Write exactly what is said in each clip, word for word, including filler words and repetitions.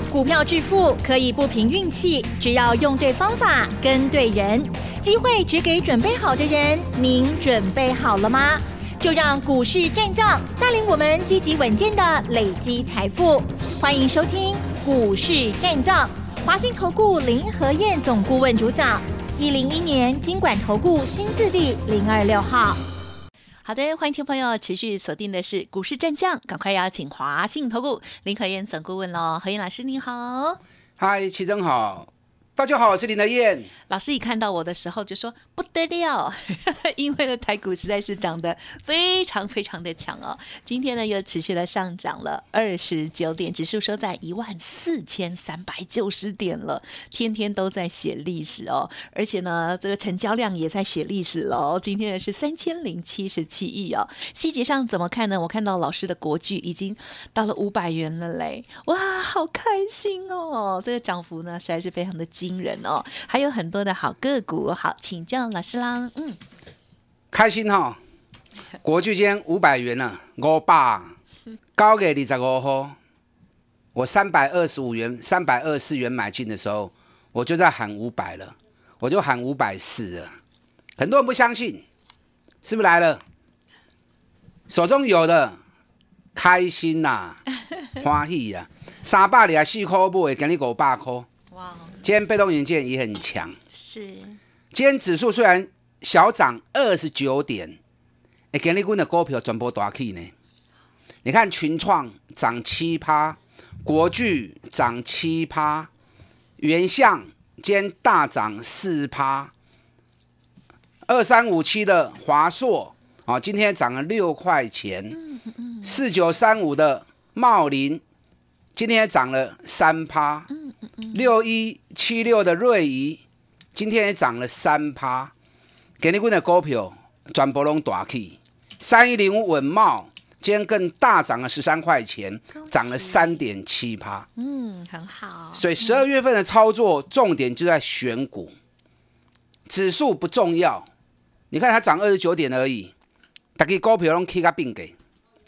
股票致富可以不凭运气，只要用对方法、跟对人。机会只给准备好的人，您准备好了吗？就让股市战将带领我们积极稳健的累积财富。欢迎收听股市战将，华信投顾林和彥总顾问主讲，一零一年金管投顾新字第零二六号。好的，欢迎听众朋友持续锁定的是股市战将，赶快邀请华信投顾林和彥总顾问喽，和彥老师你好。 嗨，齐真好。大家好，我是林和彥老师。一看到我的时候就说不得了，因为呢台股实在是涨得非常非常的强哦。今天呢又持续的上涨了二十九点，指数收在一万四千三百九十点了，天天都在写历史哦。而且呢这个成交量也在写历史了，今天呢是三千零七十七亿哦。细节上怎么看呢？我看到老师的国巨已经到了五百元了嘞，哇，好开心哦！这个涨幅呢实在是非常的惊人哦，还有很多的好个股，好，请教老师啦。嗯， 开心哈、哦，国巨间五百元了，五百，高给二十五号，我三百二十五元、三百二十四元买进的时候，我就在喊五百了，我就喊五百四了。很多人不相信，是不是来了？手中有的开心呐、啊，欢喜呀、啊，三百二十四块买，今日五百块。哇！今天被动元件也很强， 是。 今天指数虽然小涨二十九点，哎，今天我的股票全部大起呢。你看群创涨七趴，国巨涨七趴，原相今天大涨四趴，二三五七的华硕啊，今天涨了六块钱，四九三五的茂林今天涨了三趴。六一七六的瑞仪今天也涨了三趴，今天我的股票全部都大起。三一零五稳懋今天更大涨了十三块钱，涨了三点七趴。 嗯，很好。 所以十二月份的操作重点就在选股，指数不重要。你看它涨二十九点而已，大家股票都起到并给。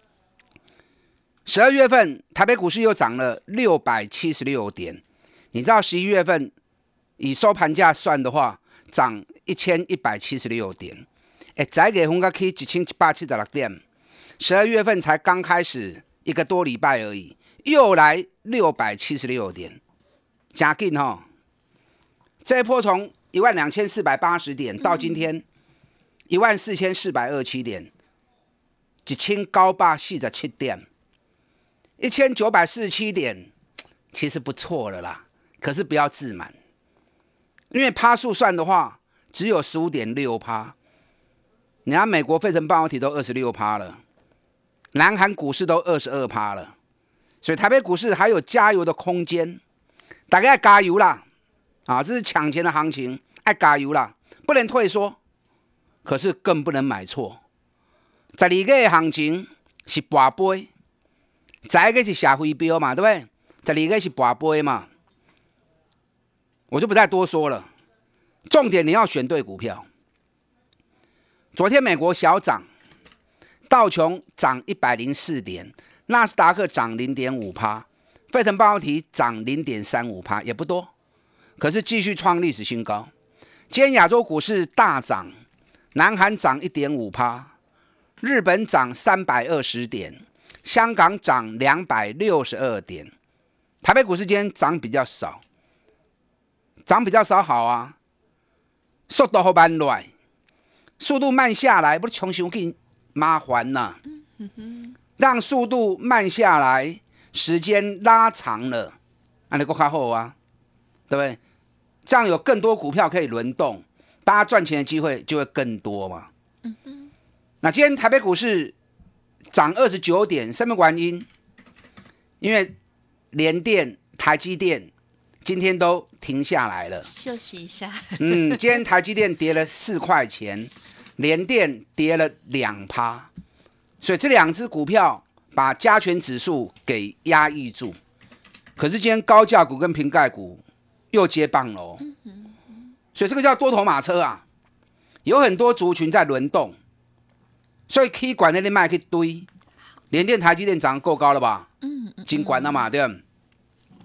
十二月份台北股市又涨了六百七十六点。你知道十一月份以收盘价算的话，涨一千一百七十六点，哎，再给红个 K 一千一百七十六点，十二月份才刚开始一个多礼拜而已，又来六百七十六点，加紧哈！这一波从一万两千四百八十点到今天一万四千四百二十七点，一千九百四十七点，一千九百四十七点，其实不错了啦。可是不要自满，因为趴数算的话，只有 十五点六趴。你看美国费城半导体都 二十六趴 了，南韩股市都 二十二趴 了，所以台北股市还有加油的空间。大家要加油啦！啊，这是抢钱的行情，要加油啦，不能退缩，可是更不能买错。十二月的行情是跋杯，十一月是社会标嘛，对不对？十二月是跋杯嘛。我就不再多说了，重点你要选对股票。昨天美国小涨，道琼涨一百零四点，纳斯达克涨 零点五趴， 费城半导体涨 零点三五趴， 也不多，可是继续创历史新高。今天亚洲股市大涨，南韩涨 一点五趴， 日本涨三百二十点，香港涨两百六十二点，台北股市今天涨比较少。涨比较少好啊，速度好慢来，速度慢下来，不是穷熊紧麻烦呐、啊。让速度慢下来，时间拉长了，那你更好啊，对不对？这样有更多股票可以轮动，大家赚钱的机会就会更多嘛。那今天台北股市涨二十九点，什么原因？因为联电、台积电今天都停下来了， 休息一下。 嗯，今天台积电跌了四块钱，联电跌了两趴，所以这两只股票把加权指数给压抑住。可是今天高价股跟瓶盖股又接棒了、哦，所以这个叫多头马车啊，有很多族群在轮动，所以 K 管那里卖去堆，联电、台积电涨够高了吧？嗯，金管了嘛，对吧？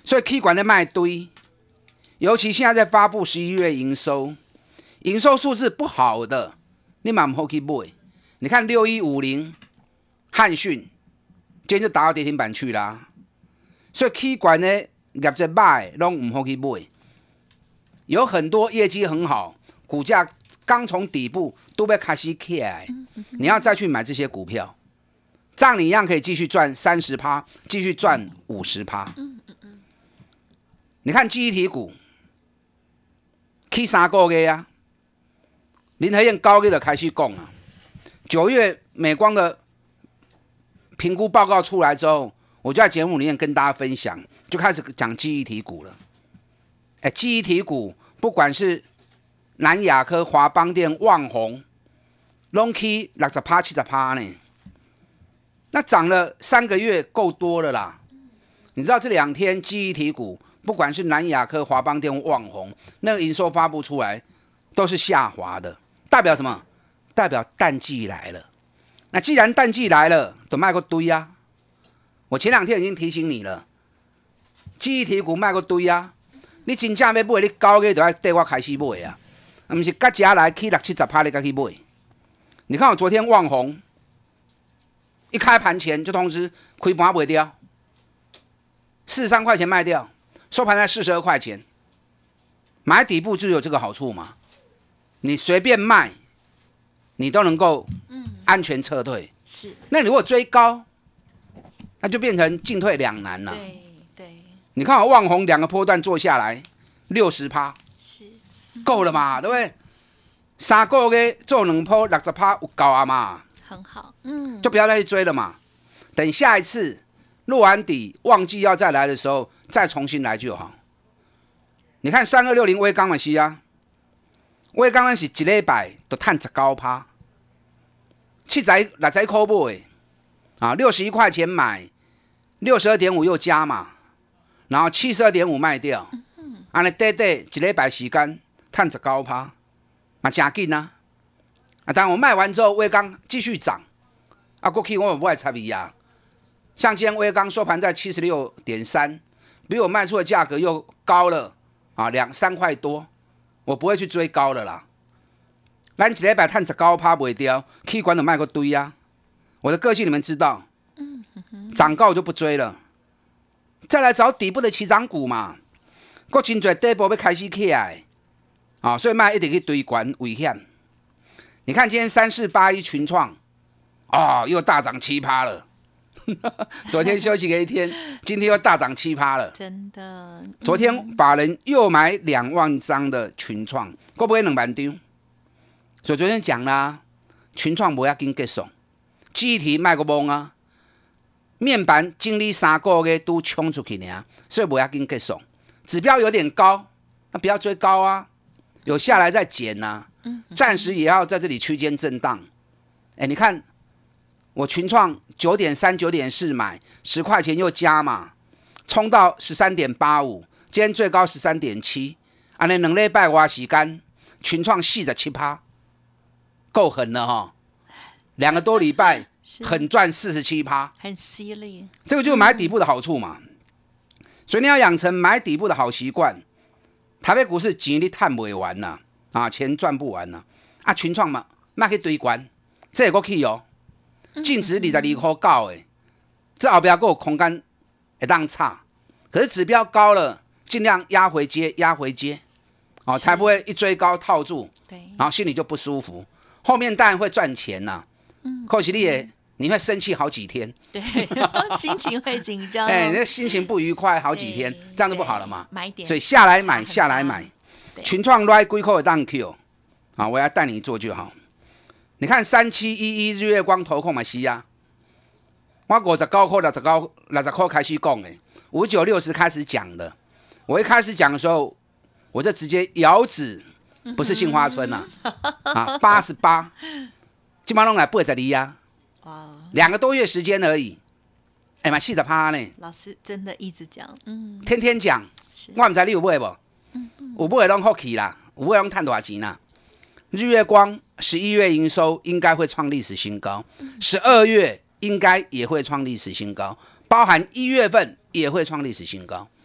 所以 K 管的卖堆，尤其现在在发布十一月营收，营收数字不好的，你嘛唔好去买。你看六一五零汉讯，今天就打到跌停板去啦。所以 K 管呢业绩歹，拢唔好去买。有很多业绩很好，股价刚从底部都被开始起来，你要再去买这些股票，这样你一样可以继续赚三十趴，继续赚五十趴。你看记忆体股，起三个月啊，林和燕高月就开始讲啊。九月美光的评估报告出来之后，我就在节目里面跟大家分享，就开始讲记忆体股了。哎，记忆体股不管是南亚科、华邦电、旺宏，拢起六十趴、七十趴呢。那涨了三个月够多了啦。你知道这两天记忆体股，不管是南亚科、华邦电、旺宏，那个营收发布出来都是下滑的，代表什么？代表淡季来了。那既然淡季来了，就卖个堆啊！我前两天已经提醒你了，记忆体股卖个堆啊！你真正要买，你九月就要带我开始买啊！不是各家来起六七十趴你才去买。你看我昨天旺宏一开盘前就通知开盘卖掉，四十三块钱卖掉，收盘在四十二块钱。买底部就有这个好处嘛，你随便卖，你都能够安全撤退。嗯、是，那你如果追高，那就变成进退两难了。 对对， 你看我旺宏两个波段做下来六十趴， 是够了嘛，对不对？三个月做两波六十趴有够啊嘛， 很好，嗯， 就不要再去追了嘛。等下一次落完底，旺季要再来的时候，再重新来就好。你看三二六零威刚嘛是啊，威刚是一礼拜就赚十九趴，七十六十块买啊，六十一块钱买，六十二点五又加嘛，然后七十二点五卖掉，安尼短短一礼拜时间赚十九趴。嘛真紧啊！啊，当然我卖完之后，威刚继续涨，啊，过去我也不爱插伊啊。像今天威刚收盘在七十六点三，比我卖出的价格又高了啊，两三块多，我不会去追高了啦。咱一礼拜赚十九趴卖掉，气管就卖个堆啊。我的个性你们知道，涨高我就不追了，再来找底部的起涨股嘛。国真侪底部要开始起来。啊、哦，所以卖一定去堆管危险。你看今天三四八一群创，啊、哦，又大涨七趴了。昨天休息了一天，今天又大涨七趴了。 真的。嗯、 昨天法人又买两万张的群创，会不会两万张？所以昨天讲啦，群创不要紧结束，记忆体卖个懵啊，面板经历三个月都冲出去呢，所以不要紧结束。指标有点高，那不要追高啊。有下来再减呐、啊，暂时也要在这里区间震荡。哎，你看我群创九点三、九点四买，十块钱又加嘛，冲到十三点八五，今天最高十三点七，安尼两礼拜多时间，群创四十七趴，够狠了哈！两个多礼拜，狠赚四十七趴， 很犀利。 这个就是买底部的好处嘛。所以你要养成买底部的好习惯。台北股市钱你赚不完呐、啊，啊，钱赚不完呐、啊，啊，群创嘛，卖去堆关，这也过去哦，净值二十二块九诶，这后边还有空间会当差，可是指标高了，尽量压回接，压回接，哦，才不会一追高套住，对，然后心里就不舒服，后面当然会赚钱呐、啊，嗯，可是你也你会生气好几天， 对，心情会紧张， 哎、欸，那心情不愉快好几天，这样就不好了嘛。 买点， 所以下来买，下来买，群创来几块的当 Q 啊，我要带你做就好。你看三七一一日月光投控嘛是啊，我五十九块、六十九、六十块开始讲的，五九六十开始讲的。我一开始讲的时候，我就直接摇指，不是杏花村呐、啊，啊，八十八，基本上来八十二啊。两个多月时间而已，哎嘛四十趴呢。 老师真的一直讲，嗯， 天天讲，我唔知你有买不？嗯嗯，有买拢福气啦，有买拢赚多少钱啦？日月光十一月营收应该会创历史新高，十二月应该也会创历史新高，包含一月份也会创历史新高。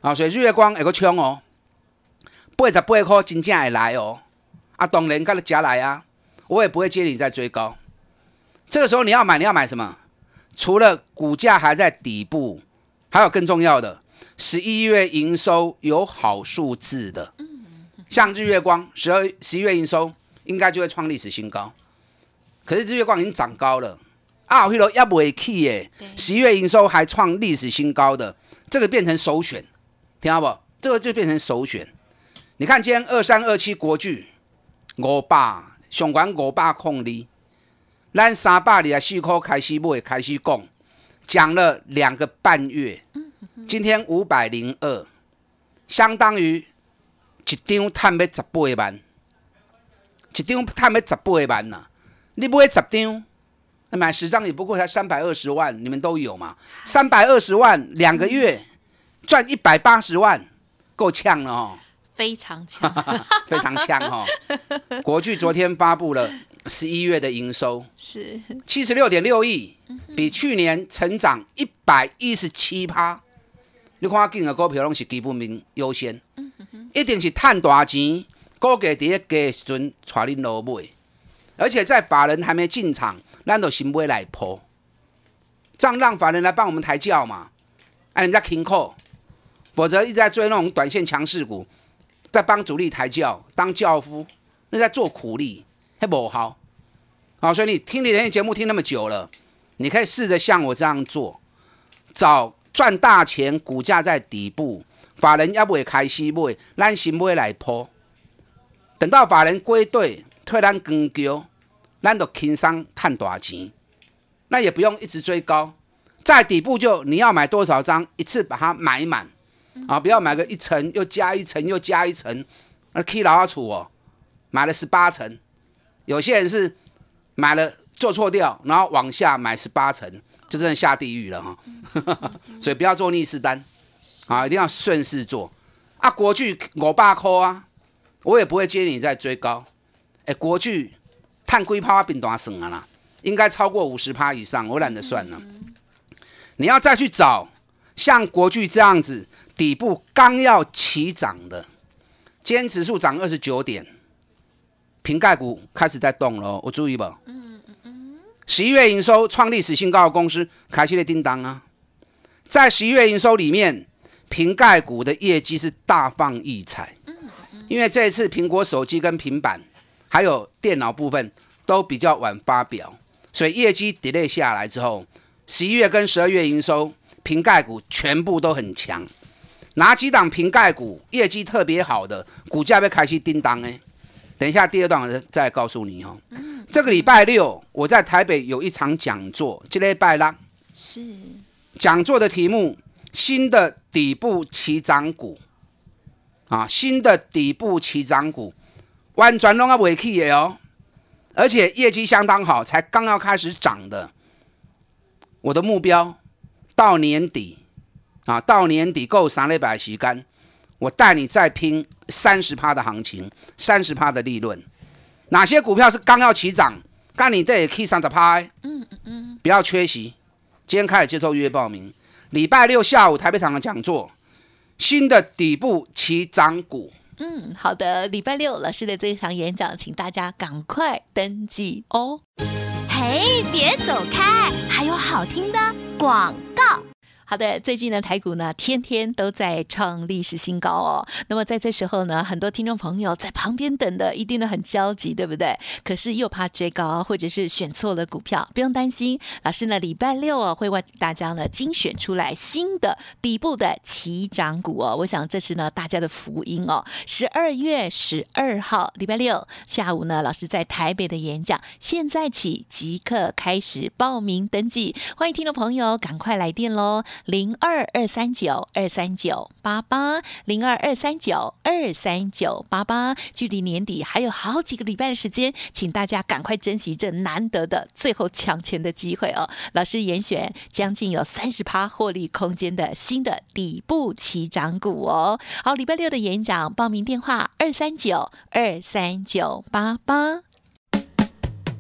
啊，所以日月光会个冲哦，八十八块真正会来哦。啊，当然，跟他加来啊，我也不会接你再追高。这个时候你要买，你要买什么？除了股价还在底部，还有更重要的，十一月营收有好数字的，像日月光，十二十一月营收应该就会创历史新高。可是日月光已经涨高了，啊，迄个也未起耶，十一月营收还创历史新高的，这个变成首选，听到不？这个就变成首选。你看今天二三二七国巨。五百，上悬五百空二，咱三百二十四块开始买，开始讲，讲了两个半月，今天五百零二，相当于一张赚要十八万，一张赚要十八万呐、啊！你买十张，买十张也不过才三百二十万，你们都有嘛？三百二十万两个月赚一百八十万，够呛了哦。 非常强， 非常强哈、哦！国巨昨天发布了十一月的营收是七十六点六亿，比去年成长一百一十七趴。你看今个股票拢是基本面优先，一定是赚大钱，股价伫咧低时阵带恁落买，而且在法人还没进场，咱就先买来抛，这样让法人来帮我们抬轿嘛，啊，你们在辛苦，否则一直在追那种短线强势股。在帮主力抬轿，当轿夫，那在做苦力，还不好。好，所以你听你的节目听那么久了，你可以试着像我这样做，找赚大钱，股价在底部，法人也不会开始买，咱先买来抛。等到法人归队，退咱光桥，咱就轻松赚大钱。那也不用一直追高，在底部就你要买多少张，一次把它买满。啊！不要买个一层又加一层又加一层，那 K 老阿楚哦，买了十八层。有些人是买了做错掉，然后往下买十八层，就真的下地狱了哈、哦。所以不要做逆势单啊，一定要顺势做。啊，国巨五百块啊，我也不会接你再追高。哎，国巨碳几趴变大算啊啦，应该超过五十趴以上，我懒得算了。你要再去找像国巨这样子。底部刚要起涨的，今天指数涨二十九点，瓶盖股开始在动了，我注意吧。嗯嗯嗯。十一月营收创历史新高的公司开始在叮当啊，在十一月营收里面，瓶盖股的业绩是大放异彩。因为这一次苹果手机跟平板还有电脑部分都比较晚发表，所以业绩 delay 下来之后，十一月跟十二月营收，瓶盖股全部都很强。哪几档瓶盖股业绩特别好的，股价被开始叮当呢？等一下第二段再告诉你哦。这个礼拜六我在台北有一场讲座，这礼拜六是讲座的题目：新的底部起涨股啊，新的底部起涨股，完全拢还未起的哦，而且业绩相当好，才刚要开始涨的。我的目标到年底。啊，到年底够三礼拜时间，我带你再拼三十趴的行情，三十趴的利润。哪些股票是刚要起涨？干你这也可以三十趴，嗯嗯嗯，不要缺席。今天开始接受预约报名，礼拜六下午台北场的讲座，新的底部起涨股。 嗯，好的，礼拜六老师的这一场演讲，请大家赶快登记哦。 嘿，别走开，还有好听的广告。 好的，最近呢，台股呢天天都在创历史新高哦。那么在这时候呢，很多听众朋友在旁边等的，一定都很焦急，对不对？可是又怕追高，或者是选错了股票，不用担心，老师呢礼拜六哦会为大家呢精选出来新的底部的起涨股哦。我想这是呢大家的福音哦。十二月十二号礼拜六下午呢，老师在台北的演讲，现在起即刻开始报名登记，欢迎听众朋友赶快来电喽。零二二三九二三九八八零二二三九二三九八八，距离年底还有好几个礼拜的时间，请大家赶快珍惜这难得的最后抢钱的机会哦！老师严选将近有三十趴获利空间的新的底部起涨股哦。好，礼拜六的演讲报名电话二三九二三九八八。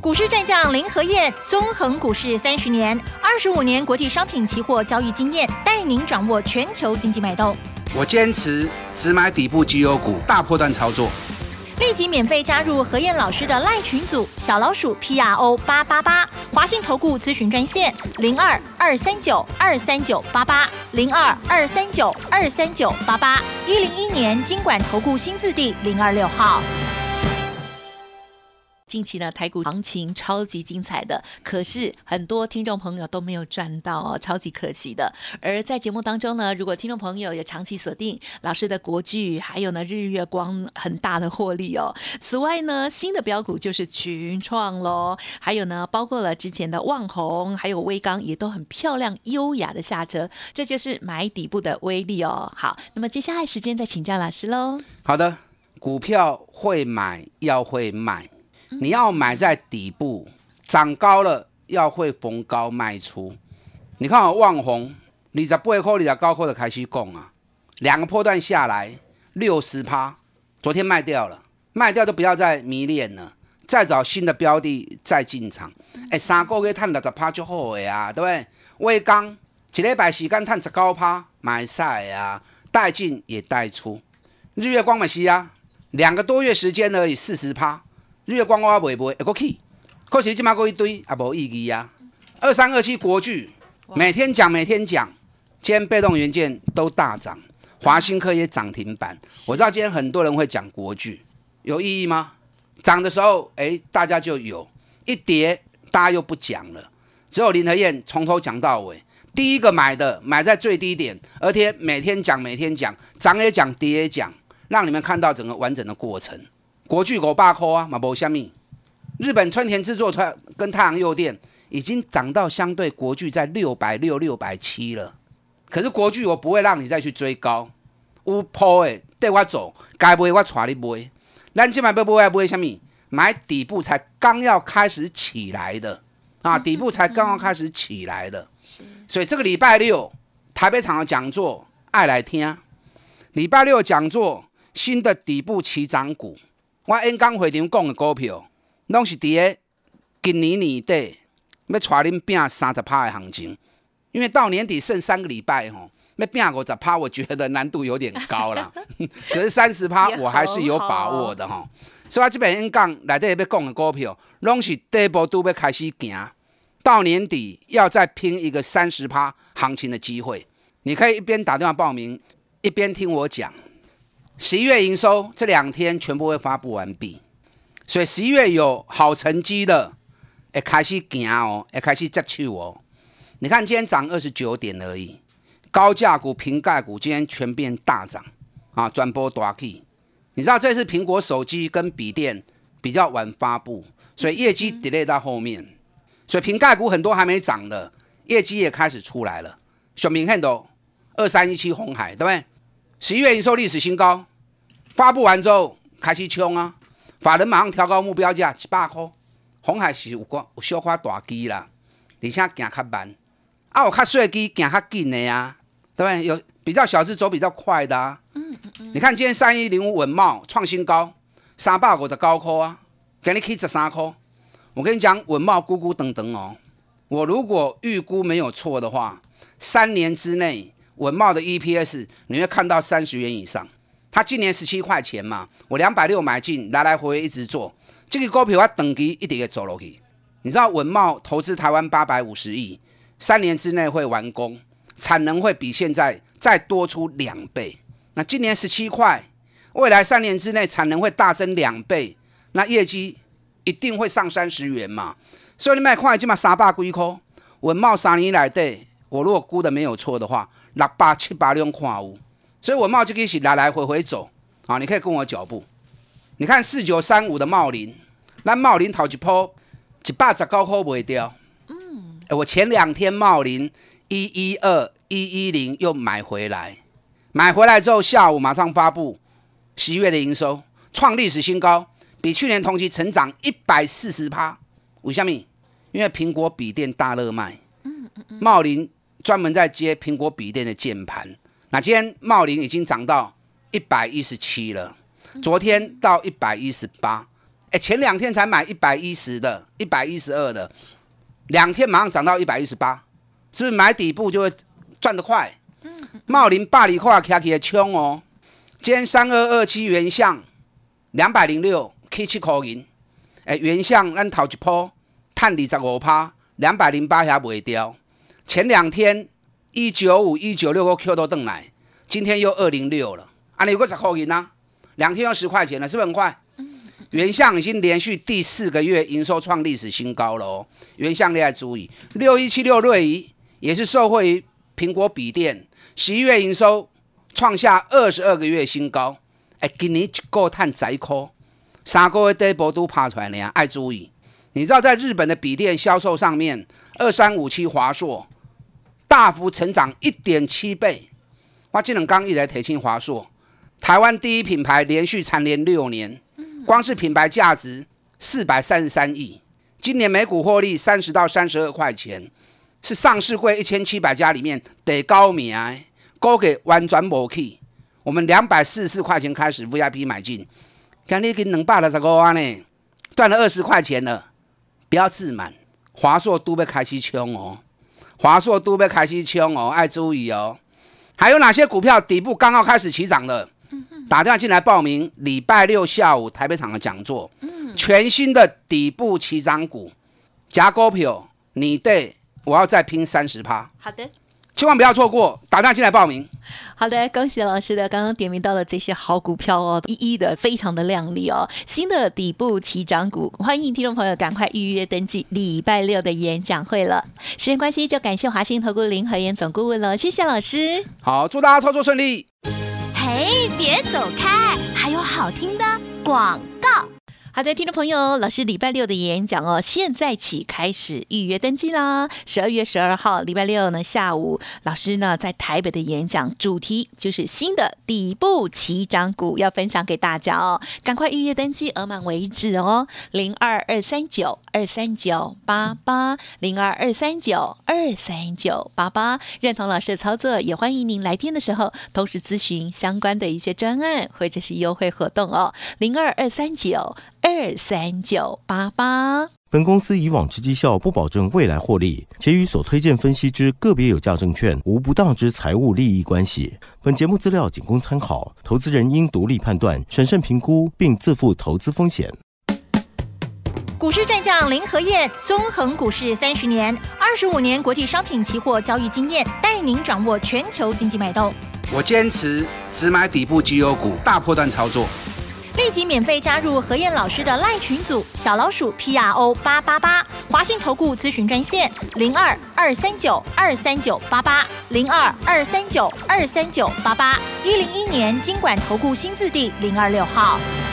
股市战将林和燕，纵横股市三十年，二十五年国际商品期货交易经验，带您掌握全球经济脉动。 我坚持只买底部绩优股，大波段操作。 立即免费加入和燕老师的赖群组，小老鼠 P R O 八八八，华信投顾咨询专线零二二三九二三九八八零二二三九二三九八八，一零一年金管投顾新字第零二六号。 近期呢，台股行情超级精彩的，可是很多听众朋友都没有赚到哦，超级可惜的。而在节目当中呢，如果听众朋友有长期锁定老师的国巨，还有呢日月光很大的获利哦。此外呢，新的标股就是群创咯，还有呢，包括了之前的旺宏，还有威刚也都很漂亮优雅的下车，这就是买底部的威力哦。好，那么接下来时间再请教老师喽。 好的，股票会买要会卖。你要买在底部，涨高了要会逢高卖出。你看我旺宏二十八块、二十九块就开始讲啊，两个波段下来 百分之六十， 昨天卖掉了，卖掉就不要再迷恋了，再找新的标的再进场。哎，三个月赚 百分之六十 就好的啊，对不对？威刚一礼拜时间赚 十九%， 买晒啊，带进也带出。日月光嘛是啊，两个多月时间而已 百分之四十。日月光我卖卖会过去，可是这马过一堆也无意义啊。二三二七国巨每天讲每天讲，今天被动元件都大涨，华新科也涨停板。我知道今天很多人会讲国巨，有意义吗？涨的时候，哎，大家就有；一跌，大家又不讲了。只有林和燕从头讲到尾，第一个买的买在最低点，而且每天讲每天讲，涨也讲，跌也讲，让你们看到整个完整的过程。国巨五百块啊，嘛无虾米。日本川田制作跟太阳诱电已经涨到相对国巨在六百六、六百七了。可是国巨我不会让你再去追高，有坡的带我走，该买我带你买。咱今晚要买买虾米？买底部才刚要开始起来的啊，底部才刚要开始起来的。所以这个礼拜六台北场的讲座爱来听。礼拜六讲座新的底部起涨股。我演讲会场讲的股票，拢是伫个今年年底要带恁拼三十趴的行情，因为到年底剩三个礼拜吼，要拼五十趴，我觉得难度有点高啦。可是三十趴我还是有把握的吼。所以我这边演讲内底要讲的股票，拢是第一步都要开始行，到年底要再拼一个三十趴行情的机会。你可以一边打电话报名，一边听我讲。十一月营收这两天全部会发布完毕，所以十一月有好成绩的，会开始行哦，会开始接手哦。你看今天涨二十九点而已，高价股、瓶盖股今天全变大涨啊，转波大起。你知道这次苹果手机跟笔电比较晚发布，所以业绩 delay 到后面，所以瓶盖股很多还没涨的，业绩也开始出来了。小明看到二三一七鸿海，对不对？十一月营收历史新高，发布完之后开始冲啊！法人马上调高目标价一百块。鸿海是有有小可大机啦，而且行较慢，啊有较小的机行较紧的啊，对不对？有比较小只走比较快的啊。嗯嗯嗯。你看今天三一零五稳懋创新高，三百五的高块啊，给你起十三块。我跟你讲，稳懋咕咕等等哦，我如果预估没有错的话，三年之内。稳懋的 E P S 你会看到三十元以上，它今年十七块钱嘛，我两百六买进，来来回回一直做，这个股票我等级一直会走下去。你知道稳懋投资台湾八百五十亿，三年之内会完工，产能会比现在再多出两倍。那今年十七块，未来三年之内产能会大增两倍，那业绩一定会上三十元嘛。所以你买看今嘛三百几块，稳懋三年来对，我如果估的没有错的话。六百七百两看有，所以我茂这个是来来回回走啊，你可以跟我脚步。你看四九三五的茂林，咱茂林头一波一百十九块卖掉，嗯，我前两天茂林一一二一一零又买回来，买回来之后下午马上发布十一月的营收，创历史新高，比去年同期成长一百四十趴。为什么？因为苹果笔电大热卖，嗯嗯嗯，茂林。专门在接苹果笔电的键盘，那今天茂林已经涨到一百一十七了，昨天到一百一十八， 哎，前两天才买一百一十的，一百一十二的，两天马上涨到一百一十八，是不是买底部就会赚得快？茂林八里块卡起的冲哦，今天三二二七原相两百零六，起七块银，哎，原相咱头一波赚二十五趴，两百零八还卖掉。前两天一九五、一九六个 Q 都登来，今天又二零六了，啊，你有个十块银啊，两天又十块钱了，是不是很快？原相已经连续第四个月营收创历史新高了哦，原相你要注意，六一七六瑞仪也是受惠于苹果笔电，十一月营收创下二十二个月新高，哎，今年一个赚十块，三个月第一波都爬出来了，爱注意。你知道在日本的笔电销售上面，二三五七华硕大幅成长 一点七倍，我这两天一直在提醒华硕，台湾第一品牌连续蝉联六年。光是品牌价值四百三十三亿，今年每股获利三十到三十二块钱，是上市柜一千七百家里面第高名，高给完全没去。我们两百四十四块钱开始 V I P 买进，今天已经两百六十五万呢，赚了二十块钱了，不要自满。华硕都要开始冲哦，华硕都要开始冲哦，爱注意哦。还有哪些股票底部刚好开始起涨了？打电话进来报名礼拜六下午台北场的讲座，嗯、全新的底部起涨股，夹股票，你对我要再拼三十趴。 好的， 千万不要错过，打电话进来报名。 好的，恭喜老师的刚刚点名到了这些好股票哦，一一的非常的亮丽哦，新的底部起涨股，欢迎听众朋友赶快预约登记礼拜六的演讲会了。时间关系，就感谢华信投顾林和彥总顾问了，谢谢老师。 好，祝大家操作顺利。 嘿，别走开，还有好听的广告。 好的，听众朋友，老师礼拜六的演讲哦，现在起开始预约登记啦。十二月十二号礼拜六呢下午，老师呢在台北的演讲主题就是新的底部起涨股，要分享给大家哦，赶快预约登记，额满为止哦。零二二三九二三九八八零二二三九二三九八八，认同老师的操作，也欢迎您来电的时候同时咨询相关的一些专案或者是优惠活动哦。零二二三九二三九八八。 本公司以往之绩效不保证未来获利，且与所推荐分析之个别有价证券无不当之财务利益关系。本节目资料仅供参考，投资人应独立判断、审慎评估，并自负投资风险。 股市战将林和彥，纵横股市三十年，二十五年国际商品期货交易经验，带您掌握全球经济脉动。 我坚持只买底部绩优股，大波段操作。 立即免费加入和彥老师的 LINE 群组，小老鼠 P R O 八八八，华信投顾咨询专线零二二三九二三九八八零二二三九二三九八八，一零一年金管投顾新字第零二六号。